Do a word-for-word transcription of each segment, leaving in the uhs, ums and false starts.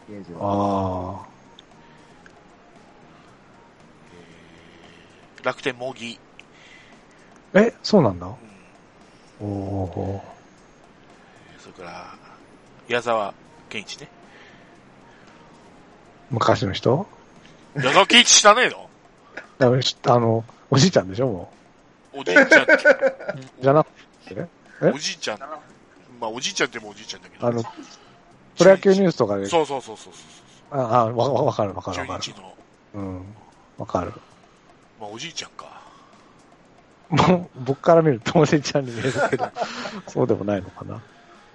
ゲージは。 ああ。 えー、楽天茂木。 え、そうなんだ。 うん、 おお。 それから、矢沢健一ね。 昔の人？ 矢沢健一知らねえの？ だからあの、おじいちゃんでしょ、もおじいちゃんって。 じゃなくてね。えおじいちゃん。まあ、おじいちゃんってもおじいちゃんだけど。 あの、プロ野球ニュースとかで。 そうそうそうそうそう。 ああ、わ、わかるわかるわかる。 中日の。 うん。わかる。 まあ、おじいちゃんか。 もう、僕から見るとおじいちゃんに見えるけど、そうでもないのかな。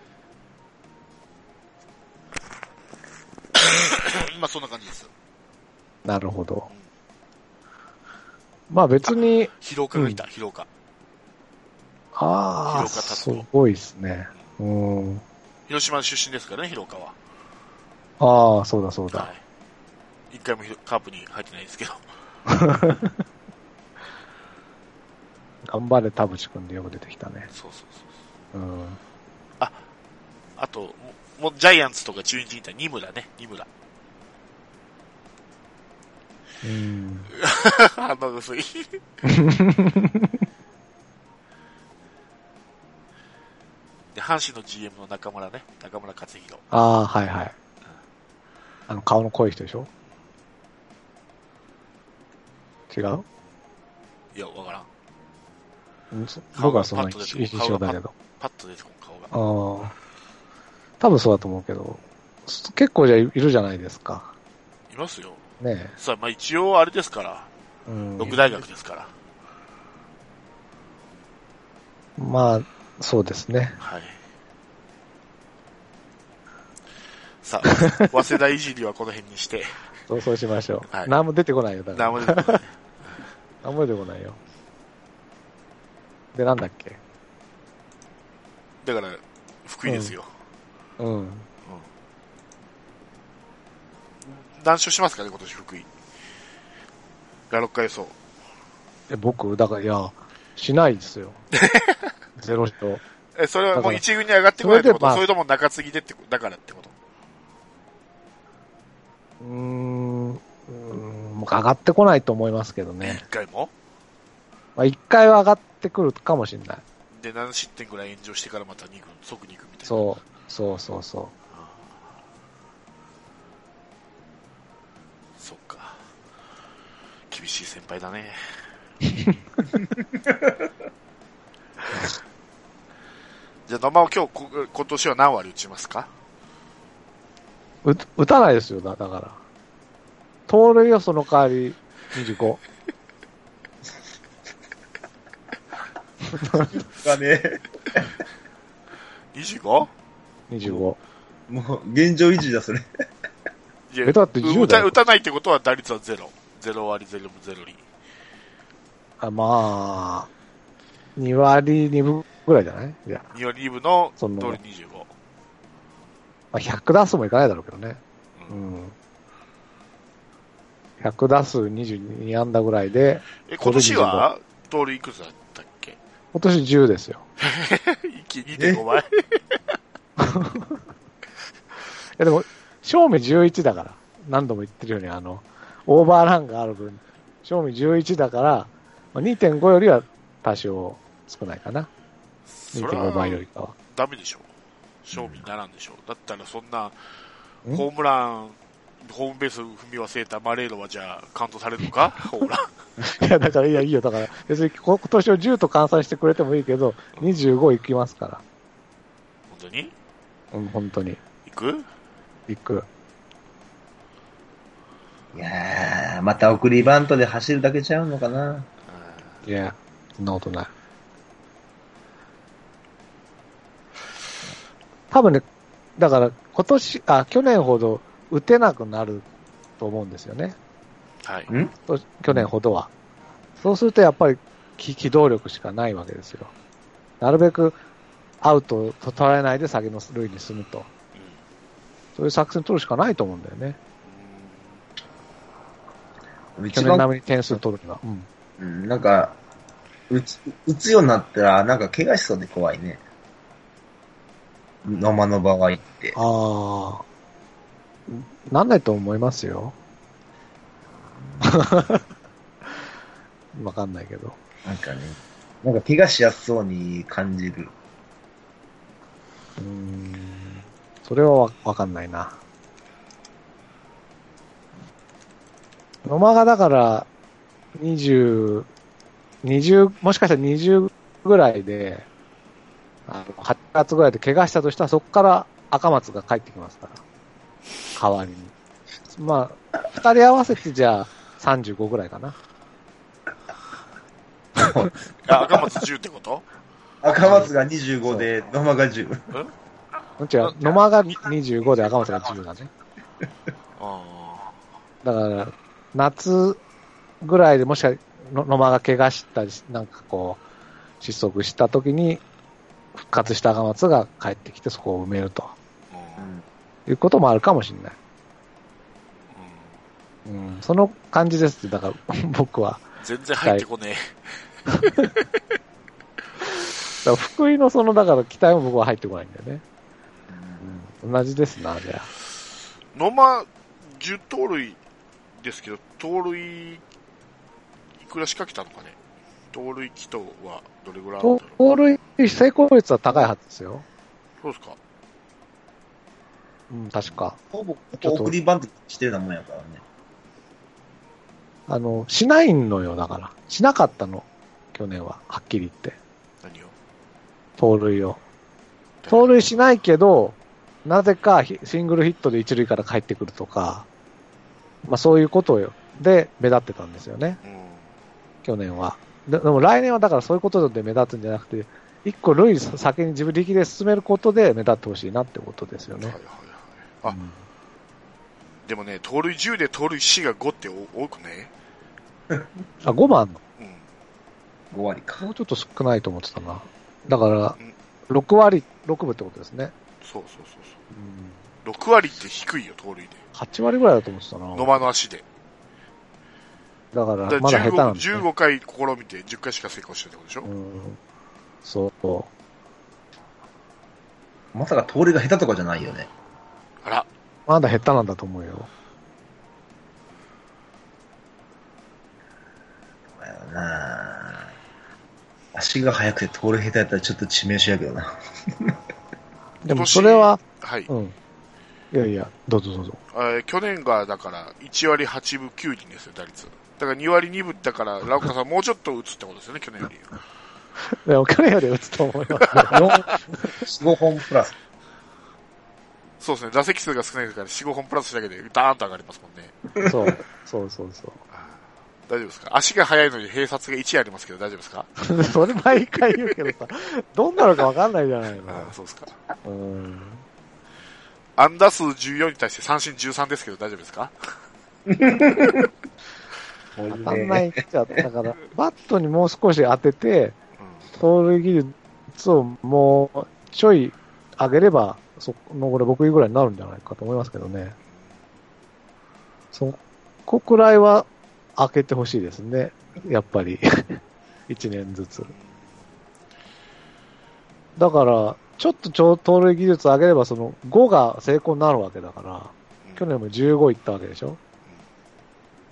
まあ、そんな感じです。 なるほど。まあ別に。 広岡がいた、うん、広岡。 ああ、すごいですね。うん。 広島出身ですからね、広岡は。 ああ、そうだそうだ。はい、 一回もカープに入ってないですけど。 頑張れ田淵君でよく出てきたね。 そうそうそう。 うん。 あ、あと、もうジャイアンツとか中日にいた二村ね、二村。 うん。 反応薄い。で、阪神の ジーエム の中村ね、中村克弘。 ああ、はいはい。あの、顔の濃い人でしょ？違う？ いや、わからん。 僕はそんな印象だけど。 パッと出てこん顔が。 ああ。多分そうだと思うけど、結構じゃいるじゃないですか。 いますよ。 ねえ。 さあ、まあ一応あれですから。うん。六大学ですから。 まあ、そうですね。 はい。さあ、早稲田いじりはこの辺にして。 そうそうしましょう。はい、何も出てこないよ、だから。 何も出てこない。 何も出てこないよ。で、なんだっけ？ だから、福井ですよ。 うん。うん。うん、 何勝しますかね、今年福井。がろっかい予想。 え、僕、だから、いや、しないですよ。ゼロ勝。 え、それはもう一軍に上がってこないってこと？それ、まあ、それとも中継ぎでって、だからってこと？ うーん、うーん、もう上がってこないと思いますけどね。 一回も？ まあ、一回は上がってくるかもしれない。 で、なな失点ぐらい炎上してからまたに軍、即に軍みたいな。 そう、そうそうそう。 そっか。厳しい先輩だね。じゃあ、野間を今日、今年は何割打ちますか？ う、打たないですよ、だ、だから。盗塁よ、その代わり、にじゅうご。 がね。 にじゅうご？ にじゅうご。 もう、現状維持だ、それ。 いや、だってじゅうだよ。打たないってことは打率はゼロ。ゼロ割ゼロゼロ厘。 あ、まあ、に割にぶぐらいじゃない？いや。 に割にぶの、通りにじゅうご。 まあ、ひゃく打数もいかないだろうけどね。うん。うん、ひゃく打数にじゅうに安打ぐらいで。 え、今年は盗塁いくつだったっけ？ 今年じゅうですよ。 にてんごばい。いやでも、正味じゅういちだから。何度も言ってるように、あの、オーバーランがある分、正味じゅういちだから、まあ、にてんご よりは多少少ないかな。にてんごばいよりかは。 ダメでしょ。正味にならんでしょ。だったらそんな、ホームラン、ホームベース踏み忘れたマレーロはじゃあカウントされるのか？ホームラン。いや、だから、いや、いいよ。だから、別に今年をじゅうと換算してくれてもいいけど、にじゅうごいきますから。 本当に？ うん、本当に。 いく？ いく。 いやー、また送りバントで走るだけちゃうのかな。 いや、そんなことない。多分ね、だから今年、あ、去年ほど打てなくなると思うんですよね。 はい。 ん？去年ほどは。そうするとやっぱり機動力しかないわけですよ。なるべくアウトを取られないで先の塁に進むと。うん、そういう作戦取るしかないと思うんだよね。去年並みに点数取るには。 うん。うん、なんか、打つ、打つようになったら、なんか怪我しそうで怖いね。野間の場合って。 ああ。 なんないと思いますよ。わかんないけど。 なんかね、なんか怪我しやすそうに感じる。 うーん。それはわわかんないな。野間がだから、にじゅう、にじゅう、もしかしたらにじゅうぐらいで、あのはちがつぐらいで怪我したとしたら、そこから赤松が帰ってきますから。代わりに。まあ、二人合わせてじゃあさんじゅうごぐらいかな。 あ、赤松じゅうってこと？ 赤松がにじゅうごで、野間がじゅう。 うん違う、野間がにじゅうごで赤松がじゅうだね。 あだから、夏ぐらいでもしかの野間が怪我したり、なんかこう、失速した時に、復活した赤松が帰ってきてそこを埋めると。 ーうんいうこともあるかもしれない。 うんうん、その感じですって、だから僕は。 全然入ってこねだから福井のその、だから期待も僕は入ってこないんだよね。うん、同じですな、じゃあ。 え。野間じゅう盗塁ですけど、盗塁いくら仕掛けたのかね。盗塁軌道はどれぐらいあるんだろう。 盗塁成功率は高いはずですよ。 そうですか。 うん、確か。 ほぼ、送りバントしてるようなもんやからね。 あの、しないのよ、だから。しなかったの。去年は。はっきり言って。 何を？ 盗塁を。盗塁しないけど、なぜかシングルヒットで一塁から帰ってくるとか、まあそういうことで目立ってたんですよね。 うん、 去年は。で, でも来年はだからそういうことで目立つんじゃなくて、一個塁先に自分力で進めることで目立ってほしいなってことですよね。 はいはいはい。あ、うん、でもね、盗塁じゅうで盗塁しがごって多くね。 あ、ごばんの、 うん、 ご割か。 もうちょっと少ないと思ってたな。だから、ろく割、ろくぶってことですね。 そうそうそうそう、 うん。 ろく割って低いよ、盗塁で。 はち割ぐらいだと思ってたな。 野間の足で。 だから、まだ下手なんで、ね。 じゅうごかい試みてじゅっかいしか成功してるってことでしょ。うん。 そう。 まさか盗塁が下手とかじゃないよね。 あら。 まだ下手なんだと思うよ。 だよな足が速くて盗塁下手やったらちょっと致命傷やけどな。 でもそれは、 はい。 うん。いやいや、どうぞどうぞ。 え去年がだからいち割はちぶきゅう厘ですよ、打率。だからに割にぶだから、ラウカさんもうちょっと打つってことですよね、去年より。 いや、去年より打つと思いますね。 よん、ごほんプラス。 そうですね、打席数が少ないからよん、ごほんプラスしただけでダーンと上がりますもんね。そう、そうそうそう。 大丈夫ですか？足が速いのに併殺がいちありますけど大丈夫ですか？ それ毎回言うけどさ、どんなのか分かんないじゃないの。 ああ、そうですか。 うん。 安打数じゅうよんに対して三振じゅうさんですけど大丈夫ですか？ 当たんないっちゃ、だから、バットにもう少し当てて、盗塁技術をもうちょい上げれば、そのこれ僕ぐらいになるんじゃないかと思いますけどね。そこくらいは開けてほしいですね。やっぱり。一年ずつ。だから、ちょっと超盗塁技術上げれば、そのごが成功になるわけだから、去年もじゅうごいったわけでしょ。うん。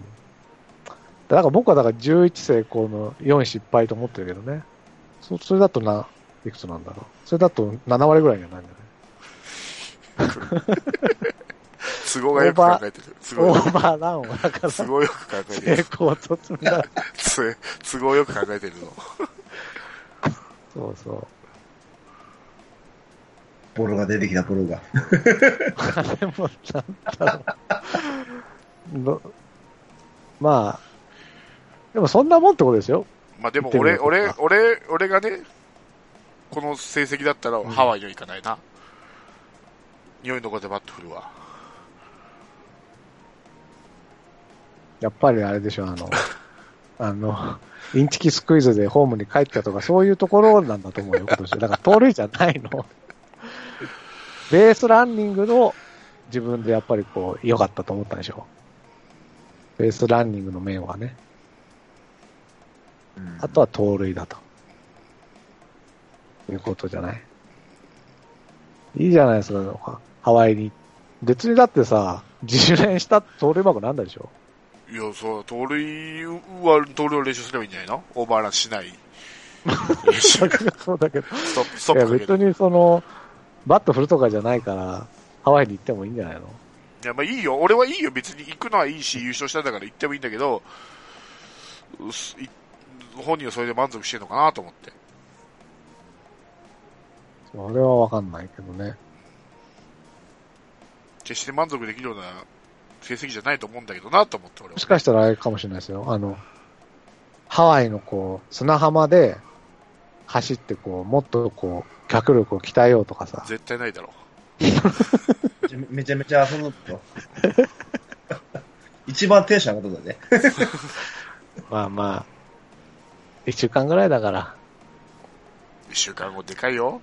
だから僕はだからじゅういち成功のよん失敗と思ってるけどね。そ, それだとな、いくつなんだろう。それだとなな割ぐらいにはないんだね。 都合がよく考えてる。 オーバーランをだから。 都合よく考えてる。 成功とつみだ。 都合よく考えてるの。 そうそう。 ボロが出てきた、ボロが。 あれもなんだろう。まあ、でもそんなもんってことですよ。 まあでも俺、俺、俺、俺がね、この成績だったらハワイには行かないな。匂いの子でバット振るわ。 やっぱりあれでしょ、あの、あの、インチキスクイズでホームに帰ったとか、そういうところなんだと思うよ、今年。だから盗塁じゃないの。ベースランニングの自分でやっぱりこう、良かったと思ったでしょ。ベースランニングの面はね。うん、あとは盗塁だと。いうことじゃない。いいじゃないですか、ハワイに行っ別にだってさ、自主練したって盗塁うまくなんだでしょ。 いや、そう、盗塁は、盗塁を練習すればいいんじゃないの？オーバーランしない。練習そうだけど。 ストップ、ストいや、 ップかける。 別にその、バット振るとかじゃないから、ハワイに行ってもいいんじゃないの？ いや、まあいいよ。俺はいいよ。別に行くのはいいし、優勝したんだから行ってもいいんだけど、い本人はそれで満足してるのかなと思って。 それはわかんないけどね。 決して満足できるような成績じゃないと思うんだけどなと思って俺は。 もしかしたらあれかもしれないですよ。あの、ハワイのこう、砂浜で走ってこう、もっとこう、脚力を鍛えようとかさ。 絶対ないだろめめちゃめちゃ遊ぶと。一番テンション上がったんだね。 まあまあ、一週間ぐらいだから。 一週間後でかいよ。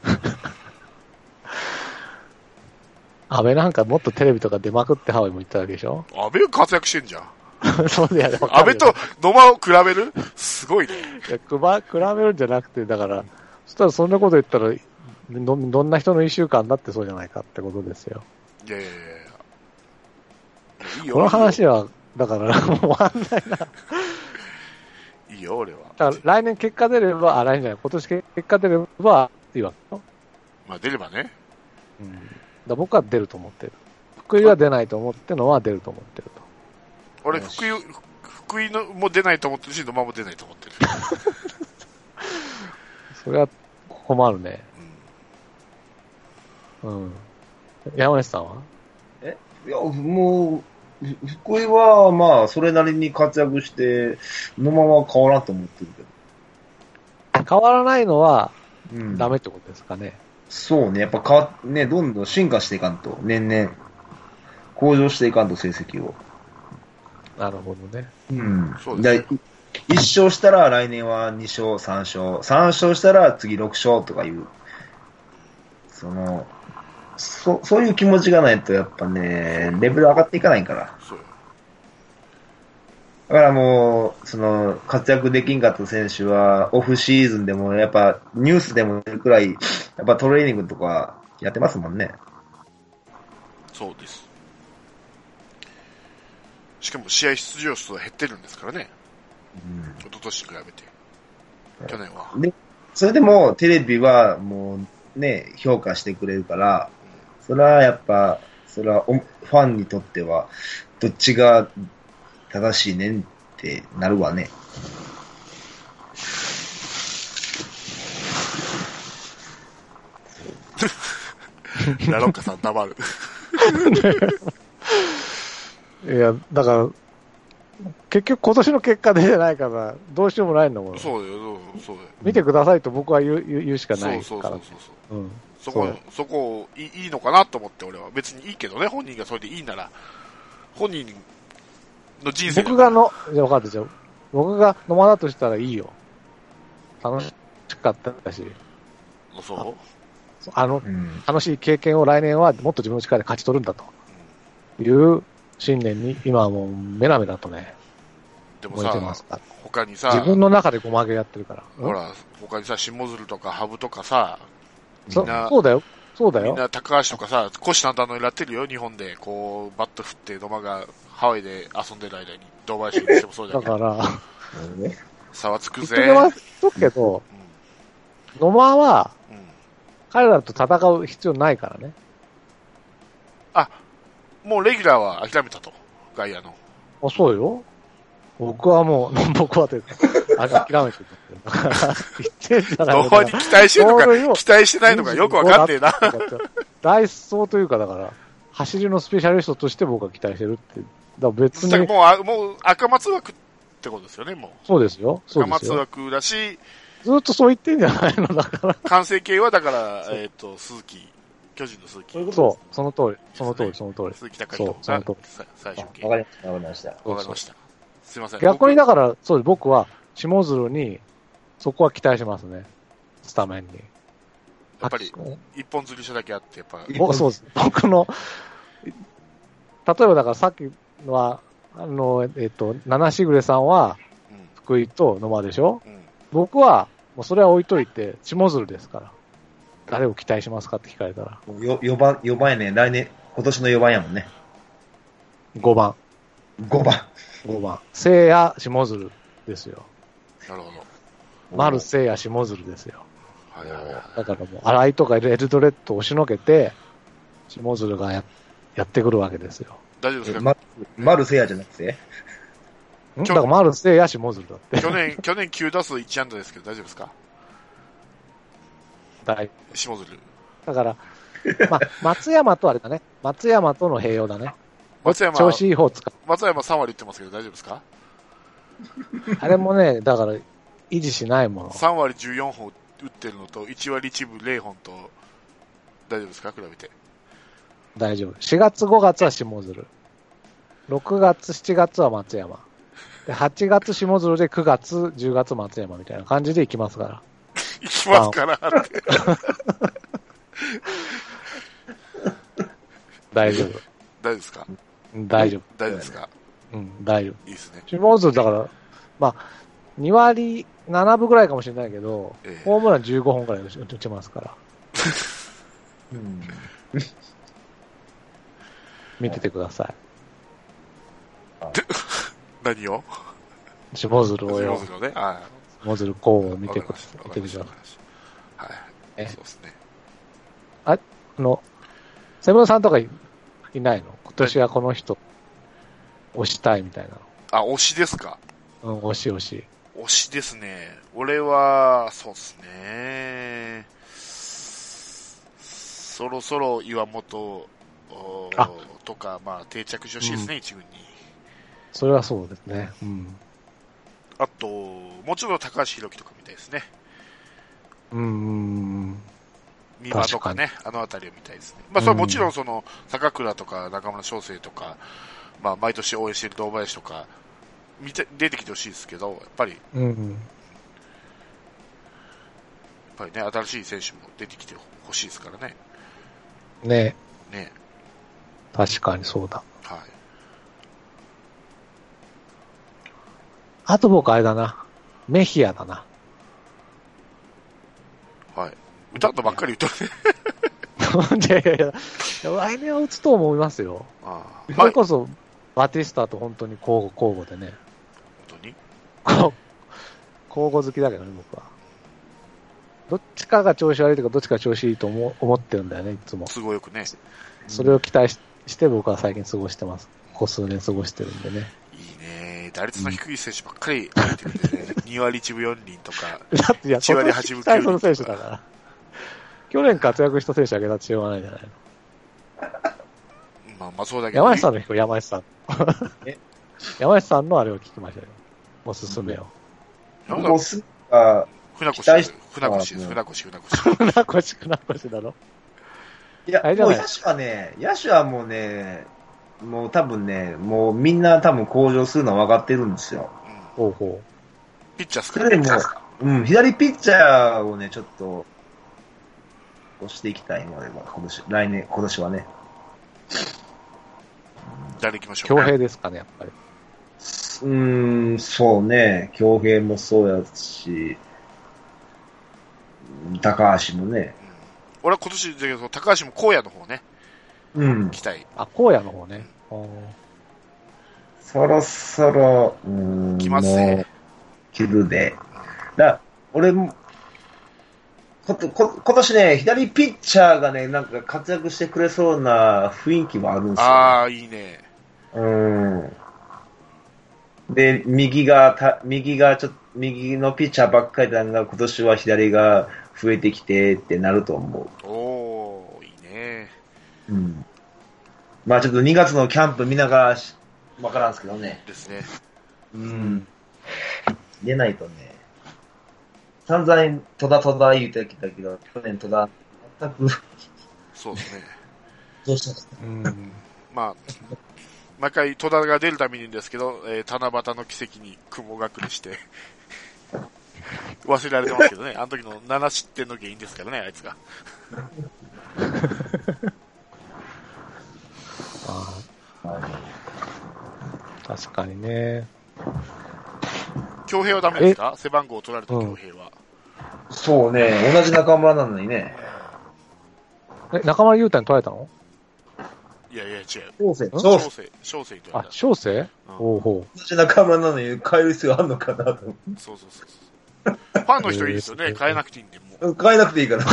安倍なんかもっとテレビとか出まくってハワイも行ったわけでしょ。 安倍が活躍してんじゃん。 そうだよね。 安倍と野間を比べる？すごいね。 いや、くば、比べるんじゃなくて、だから、そしたらそんなこと言ったら、ど、どんな人の一週間だってそうじゃないかってことですよ。 いやいやいやいいよ。 この話は、だから、もう終わんないな。 いいよ、俺は。 だから来年結果出れば、あ、来年じゃない、今年結果出れば、いいわけよ。 まあ出ればね。 うん。だから僕は出ると思ってる。福井は出ないと思ってるのは出ると思ってると。 俺、福井、福井のも出ないと思ってるし、野間も出ないと思ってる。 それは困るね。うん。山内さんは？ えいや、もう、ふ福井は、まあ、それなりに活躍して、のまま変わらんと思ってるけど。 変わらないのは、 うん。 ダメってことですかね。 そうね、やっぱ変わっ、ね、どんどん進化していかんと、年々、向上していかんと、成績を。 なるほどね。 うん。 そうですね。 いっ勝したら来年はに勝、さん勝。さん勝したら次ろく勝とかいう、その、そ、そういう気持ちがないとやっぱね、レベル上がっていかないから。 そうよ。 だからもう、その、活躍できんかった選手は、オフシーズンでも、やっぱ、ニュースでも出るくらい、やっぱトレーニングとかやってますもんね。 そうです。しかも試合出場数は減ってるんですからね。 うん一昨年に比べて。去年は。 で、それでもテレビはもうね、評価してくれるから、それはやっぱ、それはおファンにとっては、どっちが正しいねんってなるわね。 ラロッカさん黙る。 いや、だから、結局今年の結果出てないから、どうしようもないんだもん。 そうだよ、そうだよ。 見てくださいと僕は言う言う言うしかないからそうそうそう。そう。 うん。 そこ、そこいいいのかなと思って俺は。別にいいけどね、本人がそれでいいなら。本人の人生僕がの、じゃあ分かったじゃん。僕が野間だとしたらいいよ。楽しかったし、 そうあの、 うん、 楽しい経験を来年はもっと自分の力で勝ち取るんだという信念に今はもうメラメラとね、 でも燃えてさ、 ますから。 他にさ、 自分の中でごまげやってるから。 ほら、他にさ、下鶴とかハブとかさ、みんな、 そそうだよ。そうだみんよ。 な高橋とかさ、虎視眈々のやってるよ、日本で。こう、バット振って野間がハワイで遊んでる間に。堂林にしてもそうだけど。 だから、 差はつく言っぜ。 ときますけど、野間は、 うん。うん。 彼らと戦う必要ないからね。 あ、もうレギュラーは諦めたと。外野の。 あ、そうよ。僕はもう、僕はというか、あ諦めてる。だから、言ってんじゃない野間に期待してるのか、期待してないのかよくわかんねえな。 ダイソーというか、だから、走りのスペシャリストとして僕は期待してるって。だから別に。 もうあ、もう赤松枠ってことですよね、もう。 そうですよ。そう赤松ですよ。 枠だし、 ずっとそう言ってんじゃないのだから。 完成形はだから、えっと、鈴木、巨人の鈴木。 そう、その通り、その通り、その通り。 鈴木高人がそうその通りさ最終形。 わかりました、わかりました。 わかりました。すいません。 逆にだから、そうです、僕は、下鶴に、そこは期待しますね。スタメンに。 やっぱり、一本釣りしただけあって、やっぱ、 僕、そうです。僕の、例えばだからさっきのは、あの、えっと、七しぐれさんは、 うん、 福井と野間でしょ、 うん。 僕は、もうそれは置いといて、下鶴ですから。誰を期待しますかって聞かれたら。 よ、よばん、よばんやね、来年、 今年のよばんやもんね。 ごばん。 ごばん。 ごばん。聖夜下鶴ですよ。 なるほど。 丸聖夜下鶴ですよ。 はいはいはい。 だからもう、荒井とかエルドレッドを押しのけて、下鶴が や, やってくるわけですよ。 大丈夫ですか、 ま、マルセアじゃなくてんだから丸聖夜下鶴だって。 去年、去年きゅう打数いち安打ですけど大丈夫ですか？ 大下鶴。 だから、まあ、松山とあれだね。松山との併用だね。 松山、 調子いい方使う。 松山さん割打ってますけど大丈夫ですか？ あれもね、だから、維持しないもの。 さん割じゅうよん本打ってるのと、いち割いちぶぜろ本と、大丈夫ですか？比べて。 大丈夫。しがつごがつは下鶴。ろくがつしちがつは松山。で、はちがつ下鶴でくがつじゅうがつ松山みたいな感じでいきますから。 いきますからって。 大丈夫。 大丈夫ですか？ 大丈夫。 大丈夫ですか？ うん、大丈夫。 いいですね。 下鶴だから、まあ、に割ななぶぐらいかもしれないけど、 ええ、 ホームランじゅうごほんくらい打ちますから。 うん、 見ててください。 何を？ 下鶴をよ。 下鶴をね。はい。 下鶴こうを見てください。見てください。 はい。 えそうですね。 あ、あの、セブンさんとかい、いないの？今年はこの人、推したいみたいなの。 あ、推しですか？ うん、推し推し。 推しですね。俺は、そうですね。そろそろ岩本とか、まあ、定着してほしいですね、うん、一軍に。 それはそうですね。うん。 あと、もちろん高橋宏樹とかみたいですね。 うーん。 三馬とかね、あのあたりを見たいですね。まあ、それはもちろん、その、坂倉とか中村翔成とか、まあ、毎年応援している堂林とか、見て、出てきてほしいですけど、やっぱり、 うん、やっぱりね、新しい選手も出てきてほしいですからね。 ねえ。ねえ。 確かにそうだ。 はい。 あと僕あれだな。メヒアだな。 はい。歌ったばっかり言うとね。 いやいやいや、来年は打つと思いますよ。 ああ、 それこそ、バティスタと本当に交互、交互でね。 本当に交互好きだけどね、僕は。どっちかが調子悪いとか、どっちかが調子いいと思思ってるんだよね、いつも。 都合よくね。 それを期待 し, して僕は最近過ごしてます。ここ数年過ごしてるんでね。 いいね。打率の低い選手ばっかり入ってくるんでね。に割いちぶよん厘とか、 だっていや、 いち割はちぶきゅう厘とか。 その選手だから。去年活躍した選手あげたってしょうがないんじゃないの。 まあまあそうだけど。 山内さんの聞く、山内さん。山内さんのあれを聞きましたよ。おすすめを。 おすすめは、 船越です。船越です。船越、船越。 船越、船越だろ。 いや、もう野手はね、野手はもうね、もう多分ね、もうみんな多分向上するのは分かってるんですよ。 うん、ほうほう。ピッチャーすかね。もう、うん、左ピッチャーをね、ちょっと、押していきたいので、今年、来年、今年はね。 誰行きましょう。 強兵ですかね、やっぱり。 うーん、そうね。強兵もそうやし、高橋もね。 うん、俺は今年だけど、高橋も荒野の方ね。 うん。 期待。 あ、荒野の方ね。うん、 そろそろ、うーん。 来ますね。 切るで。だ俺も、こ、こ、今年ね、左ピッチャーがね、なんか活躍してくれそうな雰囲気もあるんですよ、ね。 ああ、いいね。 うん。で、右が、た、右がちょっと、右のピッチャーばっかりだが、今年は左が増えてきてってなると思う。おー、いいね。 うん。まあちょっとにがつのキャンプ見ながら、わからんすけどね。 ですね。 うん。出ないとね。散々、戸田戸田言うてきたけど、去年戸田、全く。 そうですね。 どうしたんですか？ うん。 まあ、毎回戸田が出るためにですけど、えー、七夕の奇跡に雲隠れして、忘れられてますけどね。あの時のなな失点の原因ですからね、あいつが。 ああ、確かにね。 強兵はダメですか？背番号を取られた強兵は、 うん。そうね、同じ仲間なのにね。 え、中村優太に取られたの？ 違う。 小生、 小小生。 生、小生と言わあれ、た。 小生、 うん、 ほうほ同じ仲間なのに変える必要あんのかなと思って。 そうそうそうそう。ファンの人いいですよね。変えなくていいんで、もう。 変えなくていいからね。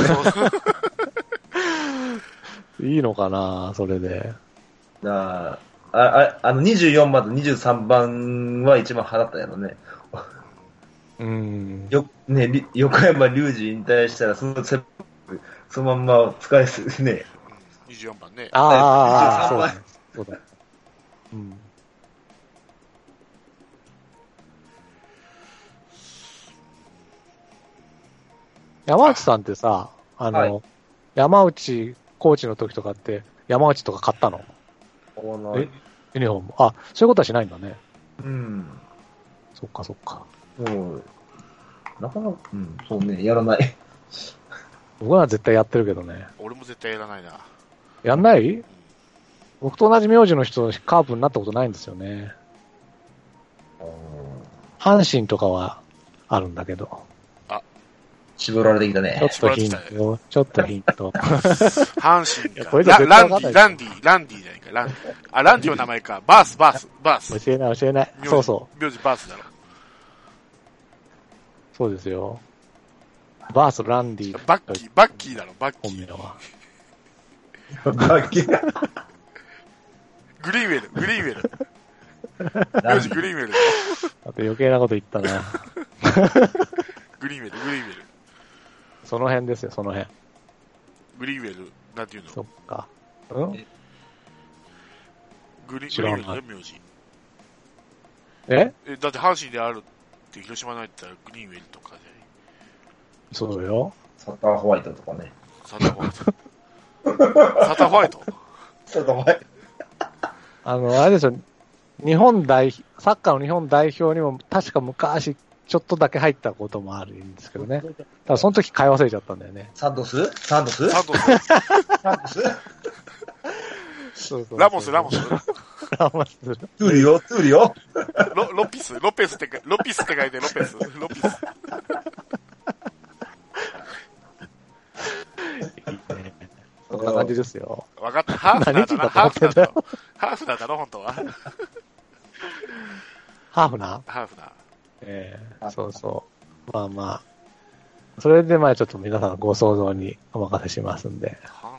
う。いいのかなそれで。 ああ、あ、あのにじゅうよんばんとにじゅうさんばんは一番払ったやろね。 うん。 よ、ね、り横山隆二引退したら、その、そのまんま使えす、ね。 うん、にじゅうよんばんね。 ああ、ああ、そうにだ。そうだ。うん。山内さんってさ、あの、 はい、 山内コーチの時とかって、山内とか買ったの？え、ユニフォーム。あ、そういうことはしないんだね。 うん。 そっかそっか。 そう。なかなか、うん、そうね、やらない。 僕は絶対やってるけどね。 俺も絶対やらないな。 やんない？ うん、 僕と同じ名字の人、カープになったことないんですよね。阪神とかはあるんだけど。 絞られてきたね。 ちょっとヒント。ちょっとヒント。 阪神か。 これじゃ絶対わかんない。 ランディ、ランディ、ランディじゃないか。ランディ。あ、ランディの名前か。バース、バース、バース。 教えない、教えない。そうそう。 名字バースだろ。 そうですよ。バース、ランディ。 バッキー、バッキーだろ、バッキー。 本名は。 バッキー。 グリーンウェル、グリーンウェル。名字グリーンウェルだろ。 あと余計なこと言ったな。 グリーンウェル、グリーンウェル。 その辺ですよ、その辺。 グリーンウェル、なんていうの？ そっか。うん？ グリーンウェルだよ、名字。 え？ え、だって阪神であるって広島のやったらグリーンウェルとかじゃない？ そうよ。 サターホワイトとかね。 サターホワイト。サターホワイト？ サターホワイト。あの、あれですよ、日本代、サッカーの日本代表にも確か昔、ちょっとだけ入ったこともあるんですけどね。ただその時買い忘れちゃったんだよね。 サントスサントスサントスサントスそうそうそうラモス、ラモスラモス。 トゥーリオトゥーリオロ、ロピスロペスってか、ロピスって書いてロペスロピス。 いいね。そんな感じですよ。 わかった。ハーフナーだな。ハーフナーだろ。ハーフナーだろ、本当は。 ハーフナーハーフナー。 ええー、そうそう。まあまあ。それでまあちょっと皆さんのご想像にお任せしますんで。 阪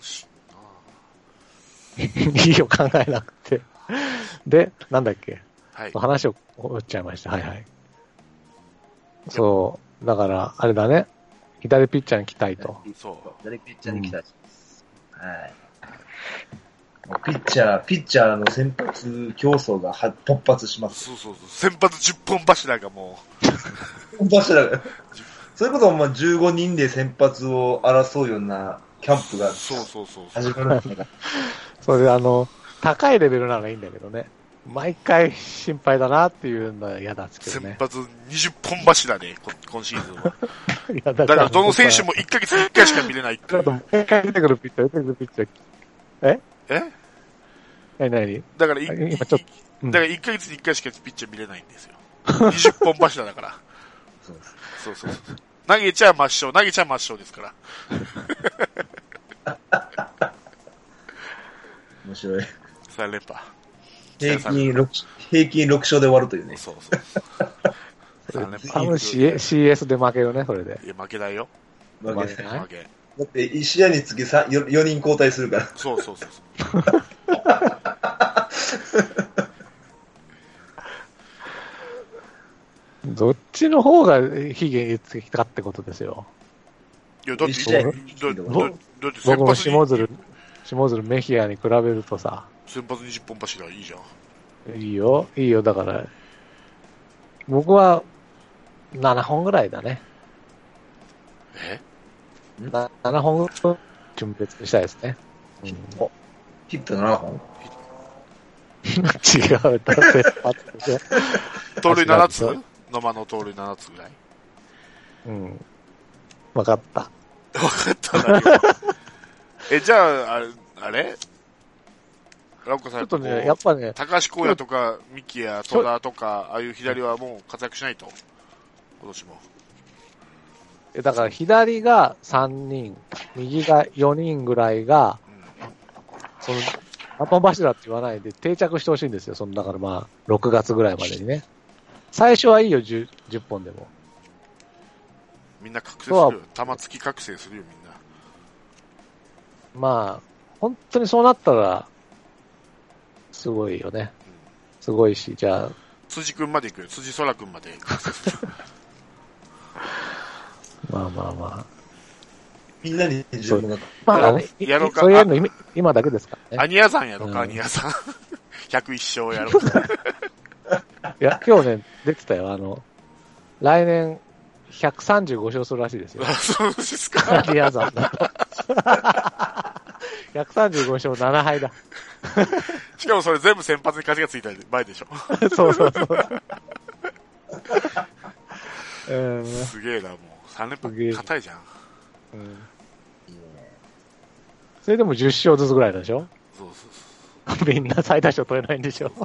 神ないいよ、考えなくて。で、なんだっけ、 はい、 話を打っちゃいました。はいはい。そう。だから、あれだね。左ピッチャーに期待と。 そう。 左ピッチャーに期待します。うん、はい。ピッチャー、ピッチャーの先発競争が突発します。 そうそうそう。先発じゅっぽん柱がもう。柱が。それこそまあじゅうごにんで先発を争うようなキャンプがそうそうそう始まるんじゃないか。 それであの、高いレベルならいいんだけどね。毎回心配だなっていうのは嫌だっすけどね。 先発にじゅっぽん柱で、今シーズンは。 いやだから、どの選手もいっかげつにいっかいしか見れないっていう。 だから毎回出てくるピッチャー、出てくるピッチャー。ええ何何だから、今ちょっと、うん、だからいっかげつにいっかいしかピッチャー見れないんですよ。にじゅっぽん柱だから。そうそうそうそう。投げちゃ抹消、投げちゃ抹消ですから。 面白い。 さん連覇。 平均ろく、平均ろく勝で終わるというね。 そうそうそう。さん連覇。 多分 シーエス で負けるね、それで。 いや、負けないよ。 負けない。 負け。 だって、いち試合につきよにん交代するから。 そうそうそうそう。 どっちの方が非現実的かってことですよ。 いや、だって、 僕も下鶴、下鶴メヒアに比べるとさ。 先発にじゅっぽん柱いいじゃん。いいよ、いいよ、だから、僕はななほんぐらいだね。 え ?ななほん準別にしたいですね。 うん、ヒットななほん違う、だって盗塁ななつ野間の盗塁ななつぐらい。 うん。わかった。 わかったな。え、じゃあ、あれ、あれラオコさん、 ちょっとね、やっぱね、 高橋光也とか、三木や戸田とか、ああいう左はもう活躍しないと。今年も。 え、だから左がさんにん、右がよにんぐらいが、うん、その、 アパン柱って言わないで定着してほしいんですよ。そのだからまあ、ろくがつぐらいまでにね。最初はいいよ、じゅう, じゅっぽんでも。 みんな覚醒するよ。玉突き覚醒するよ、みんな。 まあ、本当にそうなったら、すごいよね。すごいし、じゃあ。 辻くんまで行くよ。辻空くんまで覚醒する。 まあまあまあ。 みんなに自分が。 まあ、 やろうか。 そういうの今今だけですからね。 アニヤ山やろうか、アニヤ山。ひゃくいっ勝やろうか。 いや、今日ね、出てたよ。あの、来年、ひゃくさんじゅうご勝するらしいですよ。 そうですか。 アニヤ山だと。ひゃくさんじゅうご勝ななはいだ。 しかもそれ全部先発に勝ちがついた場合でしょ。 そうそうそう。うん、 すげえな、もう。さん連覇硬いじゃん。 うん、それでもじゅっ勝ずつぐらいでしょ。 そうそうそう。 みんな最多勝取れないんでしょ。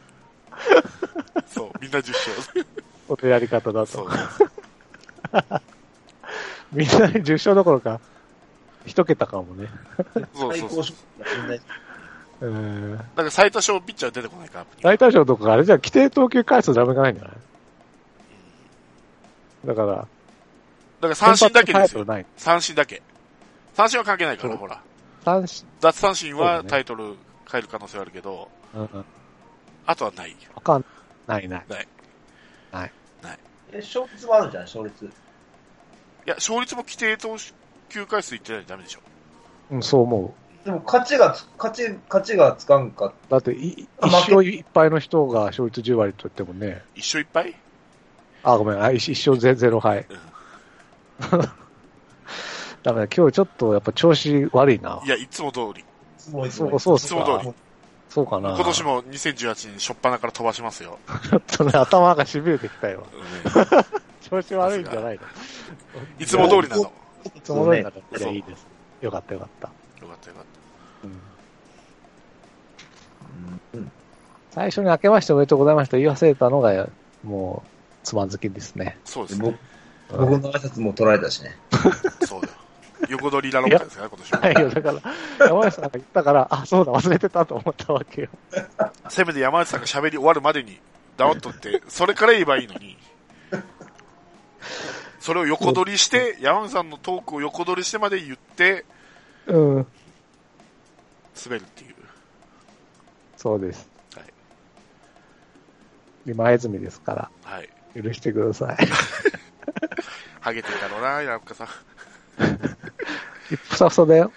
そう、みんなじゅっ勝。 このやり方だと。 そうみんなじゅっ勝どころか、一桁かもね。 そうそうそう。 うん。 だから最多勝ピッチャー出てこないか。 最多勝とかあれじゃ規定投球回数ダメがないんじゃない？だから、 だから三振だけですよ。 ない。 三振だけ。三振は関係ないから、ほら。 三振。 奪三振はタイトル変える可能性はあるけど、 うんうん、 あとはない。 わかんないない。 ない。 ない。 ない。 え、勝率もあるじゃん、勝率。いや、勝率も規定投球回数いってないとダメでしょ。 うん、そう思う。でも、勝ちがつ、勝ち、勝ちがつかんか。 だって、い一勝いっぱいの人が勝率じゅう割と言ってもね。 一勝いっぱい？ あ、ごめん、一勝ゼロ敗。うんだから今日ちょっとやっぱ調子悪いな。 いや、いつも通り。 そう、そう、 いつも通り。 そうかな。 今年もにせんじゅうはちねん初っ端から飛ばしますよ。 ちょっとね、頭が痺れてきたよ。調子悪いんじゃないの？ いつも通りなの。 いつも通りなの。いや、いいです。よかったよかった。 よかったよかった。 うん。最初に明けましておめでとうございました言い忘れたのが、もう、つまずきですね。 そうですね。 僕の挨拶も取られたしね。 そうだよ。横取りラロッカですかね、今年は。 はいよ、だから、山内さんが言ったから、あ、そうだ、忘れてたと思ったわけよ。 せめて山内さんが喋り終わるまでに黙っとって、それから言えばいいのに、それを横取りして、山内さんのトークを横取りしてまで言って、 うん。滑るっていう。 そうです。 はい。 今泉ですから。 はい。 許してください。 ハゲてんだろうな、山岡さん。 ふさふさだよ。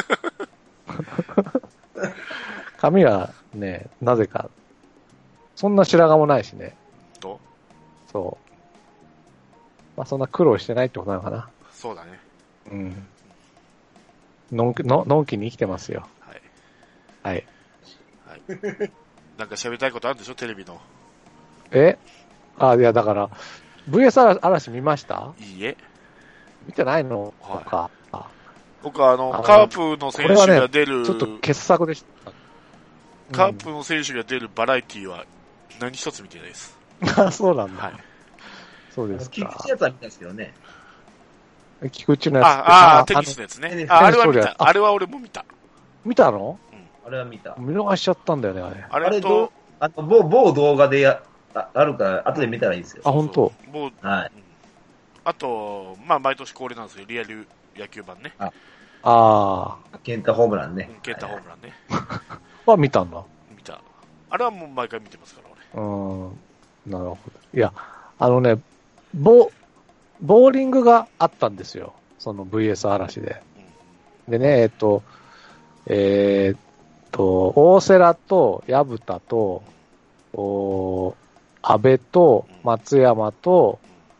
髪はね、なぜか、そんな白髪もないしね。 とそう。まあそんな苦労してないってことなのかな。 そうだね。 うん。のんき、の、のんきに生きてますよ。 はい。 はい。 はい。なんか喋りたいことあるんでしょ、テレビの。 えあ、いやだから、ブイエス 嵐見ました？ いいえ。 見てないのとか。 はい、僕はあの、カープの選手が出る、 ね、ちょっと傑作でした。 カープの選手が出るバラエティは何一つ見てないです。 あ、そうなんだ。 はい。 そうですか。菊池のやつは見たんですけどね。 菊池のやつ。 ああ、テニスのやつね。あ、あれは見た。あれは俺も見た。 見たの？ うん。あれは見た。 見逃しちゃったんだよね、あれ。 あれと、 あと、某、某動画でや、あ, あるから、後で見たらいいですよ。 あ、本当。 某、 はい。 あと、まあ、毎年恒例なんですけど、リアル野球版ね。 ああ。 ケンタホームランね。 ケンタホームランね。 は見たんだ。 見た。あれはもう毎回見てますから、 俺。うん。なるほど。いや、あのね、ボ、ボーリングがあったんですよ。その ブイエス 嵐で。うん、でね、えっと、えー、っと、大瀬良と薮田と、お安倍と松山と、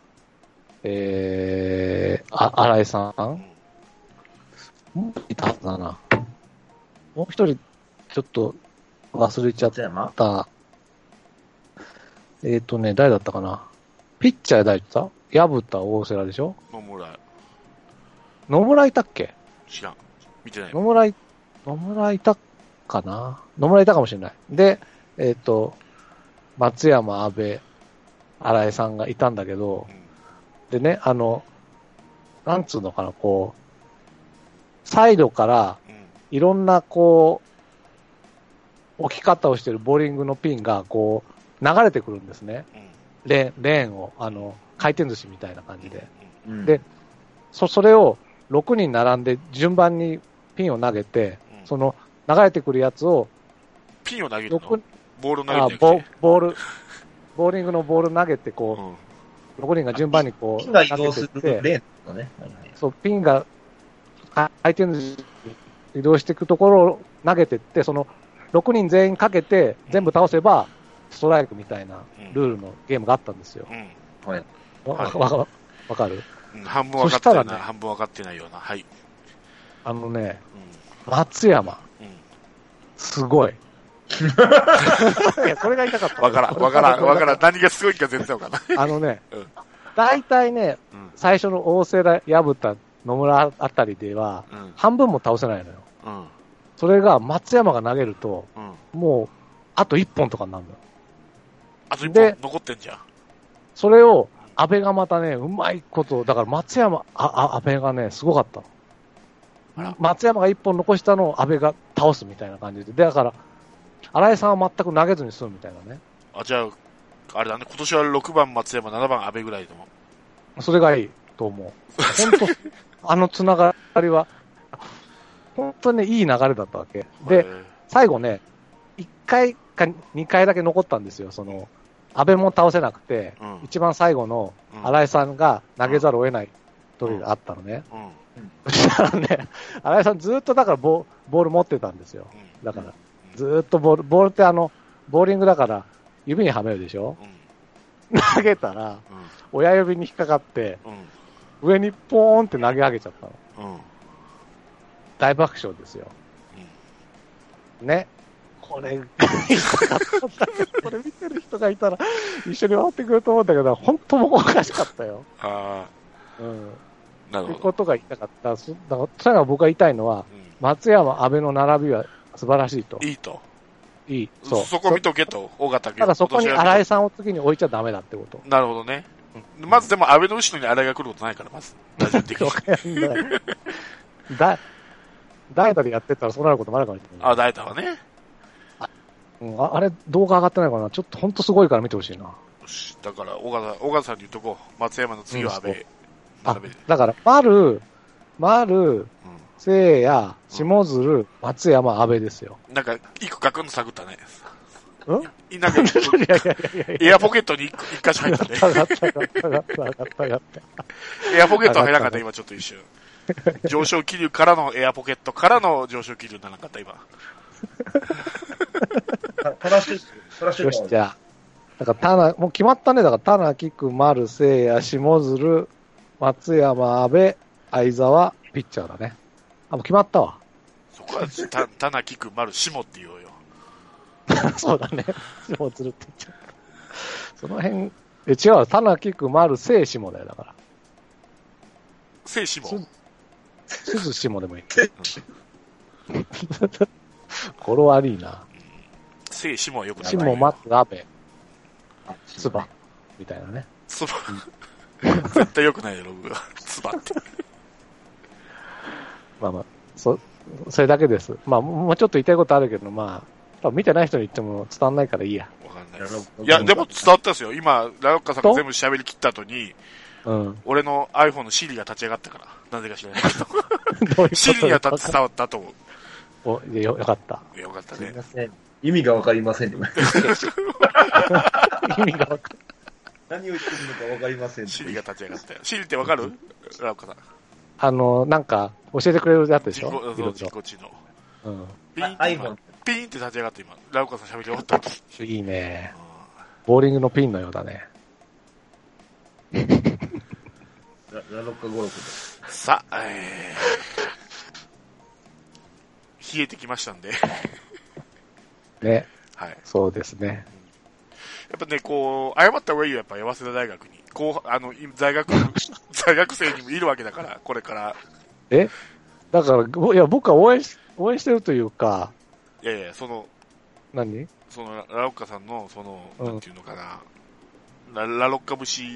えー、あ、新井さんもういたはずだな。もう一人、ちょっと忘れちゃった。えっ、ー、とね、誰だったかな。ピッチャー誰だった？薮田大瀬良でしょ？ 野村。 野村いたっけ？ 知らん。見てない。 野村い、野村いたかな？野村いたかもしれない。で、えっ、ー、と、松山、安倍、新井さんがいたんだけど、うん、でね、あの、なんつうのかな、こう、サイドから、いろんな、こ置き方をしてるボーリングのピンが、こう、流れてくるんですね。 うん。 レーン、レーンを、あの、回転寿司みたいな感じで。 うんで、そ、それをろくにん並んで順番にピンを投げて、 うんその流れてくるやつを、 ピンを投げるのろくボールを投げあるんじゃなくて。 ボボール、ボーリングのボール投げて、こうん。 う、ろくにんが順番にこう、 ピンが移動する投げてってレーンとかね。はいはいそう、ピンがあ回転寿司に移動していくところを投げてって、そのろくにん全員かけて全部倒せば、ストライクみたいなルールのゲームがあったんですよ。 うん。 はい。 わ、 はいわわわかるうん、半分分かってるな、 そしたらね半分分かってないような。はい。 あのね、 う松山、 ん。うん。 すごい。いや、これが痛かった。 わからん、わからん、わからん。何がすごいか全然わからん。 あのねうん、 大体ね、 うん。 最初の大瀬良、薮田、野村あたりでは、 うん。 半分も倒せないのよ。 うん。 それが松山が投げると、 うん。 もう、あといっぽんとかになるのよ。 あと一で本残ってんじゃん。 それを、安倍がまたね、うまいこと、だから松山、あ、あ、安倍がね、すごかったあらの。松山がいっぽん残したのを安倍が倒すみたいな感じで。でだから、新井さんは全く投げずに済むみたいなね。 あ、じゃあ、あれだね、今年はろくばん松山、ななばん阿部ぐらいでも。 それがいいと思う。本当、あのつながりは、本当にいい流れだったわけ。 へで、 ー、 最後ね、いっかいかにかいだけ残ったんですよ。その、安倍も倒せなくて、 うん一番最後のうん新井さんが投げざるを得ない時があったのね。 うん。うん。 そしたらね、新井さんずっとだからボボール持ってたんですよ。だから、ずーっとボール、ボールってあの、ボーリングだから指にはめるでしょうん。 投げたら、親指に引っかかって、 うん。 上にポーンって投げ上げちゃったの。 うん。うん。 大爆笑ですよ。ね。これ、これ見てる人がいたら一緒に回ってくると思うんだけど、本当もおかしかったよ。 あうん。 あ、なるほど。 ってことが言いたかった。そだから、それが僕が言いたいのは、 う松山、安倍の並びは素晴らしいとん。。いいと。 いい。 そそう。 こ見とけと、大型ただそこに新井ささんを次に置いちゃダメだってこと。 ん。なるほどね。まずでも安倍の後ろに新井が来ることないから、まず。打順的に。 わかんない。だ、代打でやってったらそうなることもあるかもしれない。 あ、大体はね。 うん、ああれ、動画上がってないかな。ちょっと本当すごいから見てほしいな。 よし。だから、小川、小川さんに言っとこう。松山の次は安倍。 あ並べで。 だから、丸、丸、 うん。 聖夜、下鶴、松山、安倍ですよ。 なんか、一個書くの探ったね。 んいなんか、 いやいやいやいやいエアポケットに一個一箇所入ったね。 や。上がった上がった上がった上がった上がった。 エアポケットは入らなかった、今ちょっと一瞬。上昇気流からのエアポケットからの上昇気流にならなかった、今。 パラシュート、パラシュよし、 ート。 じゃあ。だから、たな、もう決まったね。だから、田中君、丸、聖夜、下鶴、松山、安倍、相沢、ピッチャーだね。あ、もう決まったわ。 そこは、た、たなきく丸、下って言おうよ。 そうだね。下鶴って言っちゃった。その辺、え、違う。田中君、丸、聖下だよ、だから。 聖下。 す鈴下でもいい。これ悪いな。 聖下はよくない。 下、松、安倍、つば、みたいなね。 つば。絶対よくないよ、ログが。つばって。 まあまあ、そ、それだけです。まあ、もうちょっと言いたいことあるけど、まあ、多分見てない人に言っても伝わんないからいいや。 わかんないです。いや、でも伝わったんですよ。今、ラロッカさんが全部喋り切った後に、 うん。 俺の iPhone の Siri が立ち上がったから。なぜか知らないけど。 どういうこと Siri には伝わったと思う。 お、いやよ、よかった。 いやよかったねすみま。せん。意味がわかりませんね。 意味がわかん何を言ってるのかわかりません。 Siri が立ち上がったよ。Siri ってわかるラロッカさん。 あの、なんか、教えてくれるやつでし人工、そうょいろい人工知能。 ろ。うん。 ピーンって今 iPhone。 ピーンって立ち上がって今。ラロッカさん喋り終わった後。 いいね。ボーリングのピンのようだね。 ララロッカ語録で。 さあ、えー、冷えてきましたんで。 ね。 はい。やそうですね。 っぱね、こう、謝った方がいいよ、やっぱ、早稲田大学に。こう、あの、在学、在学生にもいるわけだから、これから。 えだから、いや、僕は応援し、応援してるというか、 いやいや、その、 何その、ラロッカさんの、その、 うんなんていうのかな、ララロッカ節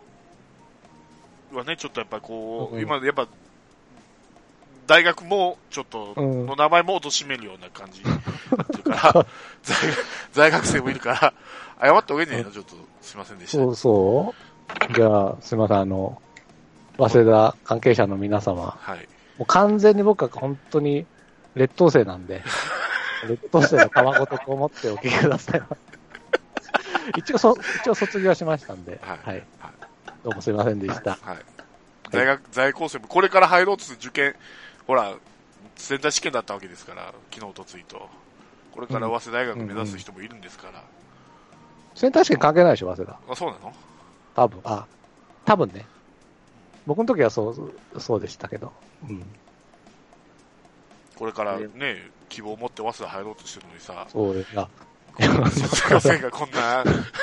はね、ちょっとやっぱこう、 うん今、やっぱ、大学も、ちょっと、 うんの名前も貶めるような感じっていうから在、在学生もいるから、謝っておけねえな、ちょっと、すいませんでした。 そうそうじゃあ、すいません、あの、早稲田関係者の皆様。はい。もう完全に僕は本当に劣等生なんで、劣等生の卵と思ってお聞きください。一応そ、一応卒業しましたんで、はい。はい、どうもすいませんでした。はい。 大学、在校生もこれから入ろうとする受験、ほら、センター試験だったわけですから、昨日とついと。これから早稲田大学目指す人もいるんですから。うんうんうん、 センター試験関係ないでしょ、早稲田。 あ、そうなの？ 多分、あ、多分ね。僕の時はそう、そうでしたけど。うん。 これからね、希望を持って早稲田入ろうとしてるのにさ。 そうですが。 卒業生がこんな、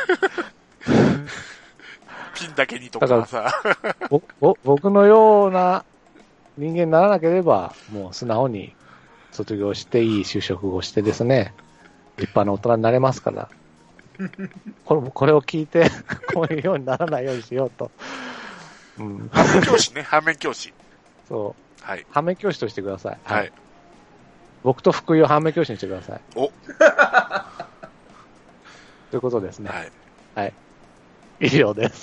ピンだけにとかさ。 ぼぼ僕のような人間にならなければ、もう素直に卒業していい就職をしてですね、立派な大人になれますから。これ、これを聞いて、こういうようにならないようにしようと。 うん、反面教師ね、反面教師。 そう。 はい。 反面教師としてください。 はい。 僕と福井を反面教師にしてください。 おということですね。 はい。 はい。以上です。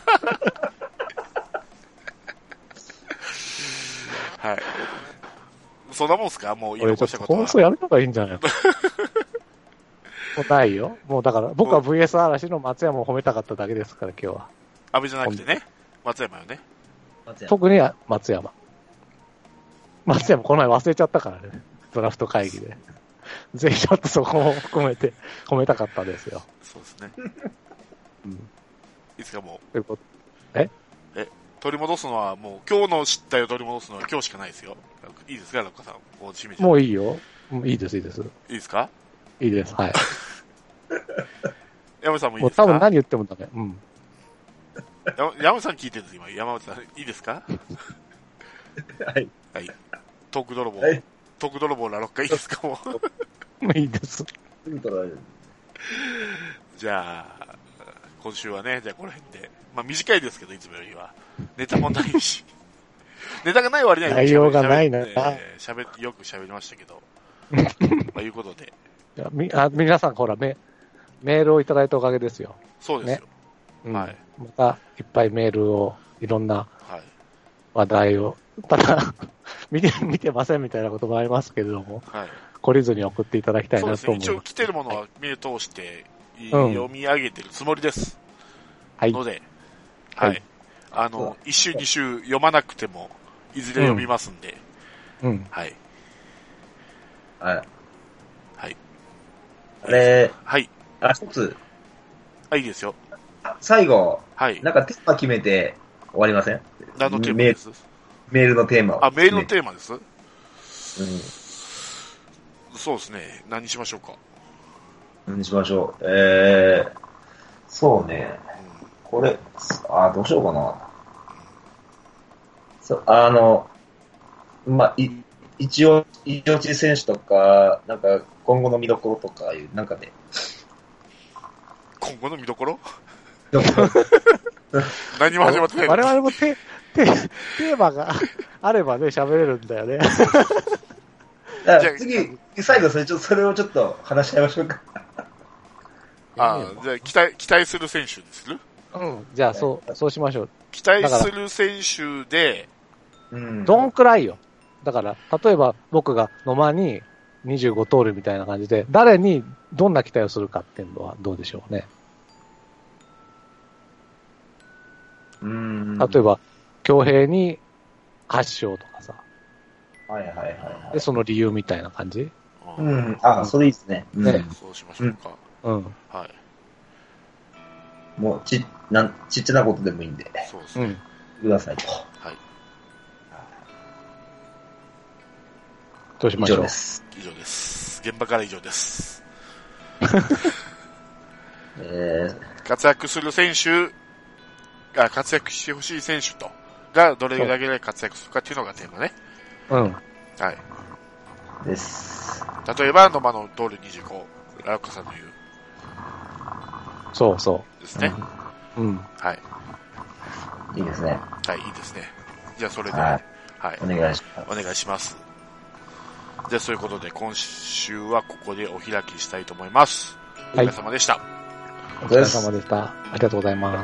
はい。そんなもんっすか？もう言い残したことは。 放送やるのがいいんじゃないの？もうないよ。もうだから、僕は ブイエス 嵐の松山を褒めたかっただけですから、今日は。 安倍じゃなくてね。松山よね。 特には松山。松山この前忘れちゃったからね。ドラフト会議で。ぜひちょっとそこも含めて褒めたかったですよ。 そうですね。 うん。 いつかもう。ええ取り戻すのはもう、今日の失態を取り戻すのは今日しかないですよ。いいですか、ラッカさん。もう締めちゃう。 もういいよ。もういいです、いいです。いいですか？ いいです、はい。 山内さんもいいですか？ もう多分何言ってもダメ。うん。 山内さん聞いてるんです、今。山内さん、いいですか？ はい。 はい。トーク泥棒。 はい、 トーク泥棒ラロッカいいですか？もう。 もういいです。 じゃあ、今週はね、じゃあこの辺で。まあ短いですけど、いつもよりは。ネタもないし。ネタがない割には内容がないな。 喋って、よく喋りましたけど。まあいうことで。 いやみあ皆さん、ほら、メ、メールをいただいたおかげですよ。 そうですよ。ね、 うん、はい。また、いっぱいメールを、いろんな話題を、はい、ただ見て、見てませんみたいなこともありますけれども、はい、懲りずに送っていただきたいなと思います。 そうですね。一応来てるものは目通して、はい、読み上げてるつもりです。はい。ので、はい。はい、あの、一週二週読まなくても、いずれ読みますんで、 うん。うん、 はい。 はい。 はい。 あれ、 はい。 あ、一つ。 あ、いいですよ。 最後、 はい。 なんかテーマ決めて終わりません？ 何のテーマです？ メールのテーマを。 あ、メールのテーマです？うん。そうですね。何にしましょうか。 何にしましょう。えー、そうね。うん、これ、あ、どうしようかな。そうあの、まあ、い、一応、一応ち選手とか、なんか、今後の見どころとかいう、なんかね。 今後の見どころ何も始まってない。 我々もテテテーマがあればね、喋れるんだよね。 じゃあ次、最後それちょそれをちょっと話し合いましょうか。 ああ、じゃあ期待、期待する選手にする？ うん、じゃあそう、そうしましょう。 期待する選手で、 うん、どんくらいよ。だから、例えば僕が野間ににじゅうご盗塁みたいな感じで、誰にどんな期待をするかっていうのはどうでしょうね。 うん。 例えば、恭平にはち勝とかさ。 はいはいはい、はい。 で、その理由みたいな感じ？ うん。あ、それいいですね。 ね、 うん。そうしましょうか。 うん。 はい。 もう、ち、なん、ちっちゃなことでもいいんで。 そうですね。うん。 くださいと。 はい。 どうしましょう。 以上です。 以上です。現場から以上です。 えー、 活躍する選手が活躍してほしい選手と、がどれだけで活躍するかっていうのがテーマね。 うん。 はい。 です。 例えば、野間の通りにじゅうご、ラウカさんの言う。 そうそう。 ですね。 うん。 はい。 いいですね。 はい、いいですね。じゃあ、それで、はい。はい、 お願いします。 お願いします。 で、そういうことで今週はここでお開きしたいと思います。お疲れ様でした。 お疲れ様でした。ありがとうございます。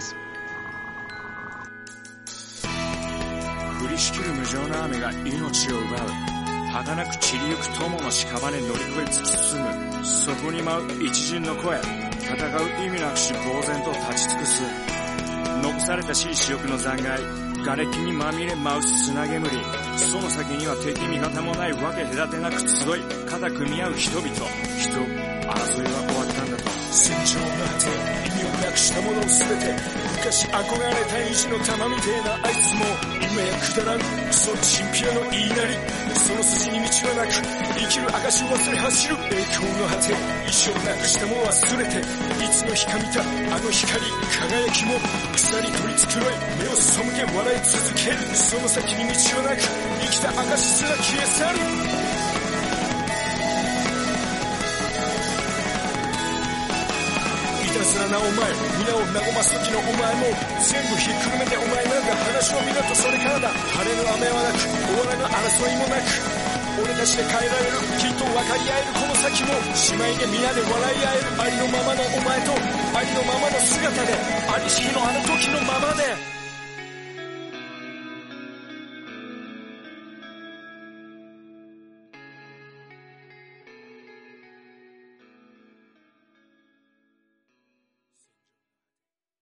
降りしきる無情な雨が命を奪う。儚く散りゆく友の屍乗り越え突き進む。そこに舞う一陣の声。戦う意味なくし呆然と立ち尽くす。残されたしい死翼の残骸。瓦礫にまみれ舞う砂煙。その先には敵味方もないわけ隔てなく集い肩組み合う人々。人、争いは終わったんだと。戦場の果て、意味をなくしたものをすべて。昔憧れた意地の玉みてえなあいつも今やくだらんクソチンピラの言いなり。その筋に道はなく生きる証を忘れ走る栄光の果て。意志をなくしたもの忘れていつの日か見たあの光輝きも草に取り繕い目を背け笑い続ける。その先に道はなく生きた証すら消え去る。いたずらなお前皆を和ます時のお前も全部ひっくるめてお前なんか話を見ろとそれからだ。晴れる雨はなく終わらぬ争いもなく俺たちで変えられるきっと分かり合えるこの先も姉妹で皆で笑い合えるありのままのお前とありのままの姿でありし日のあの時のままで。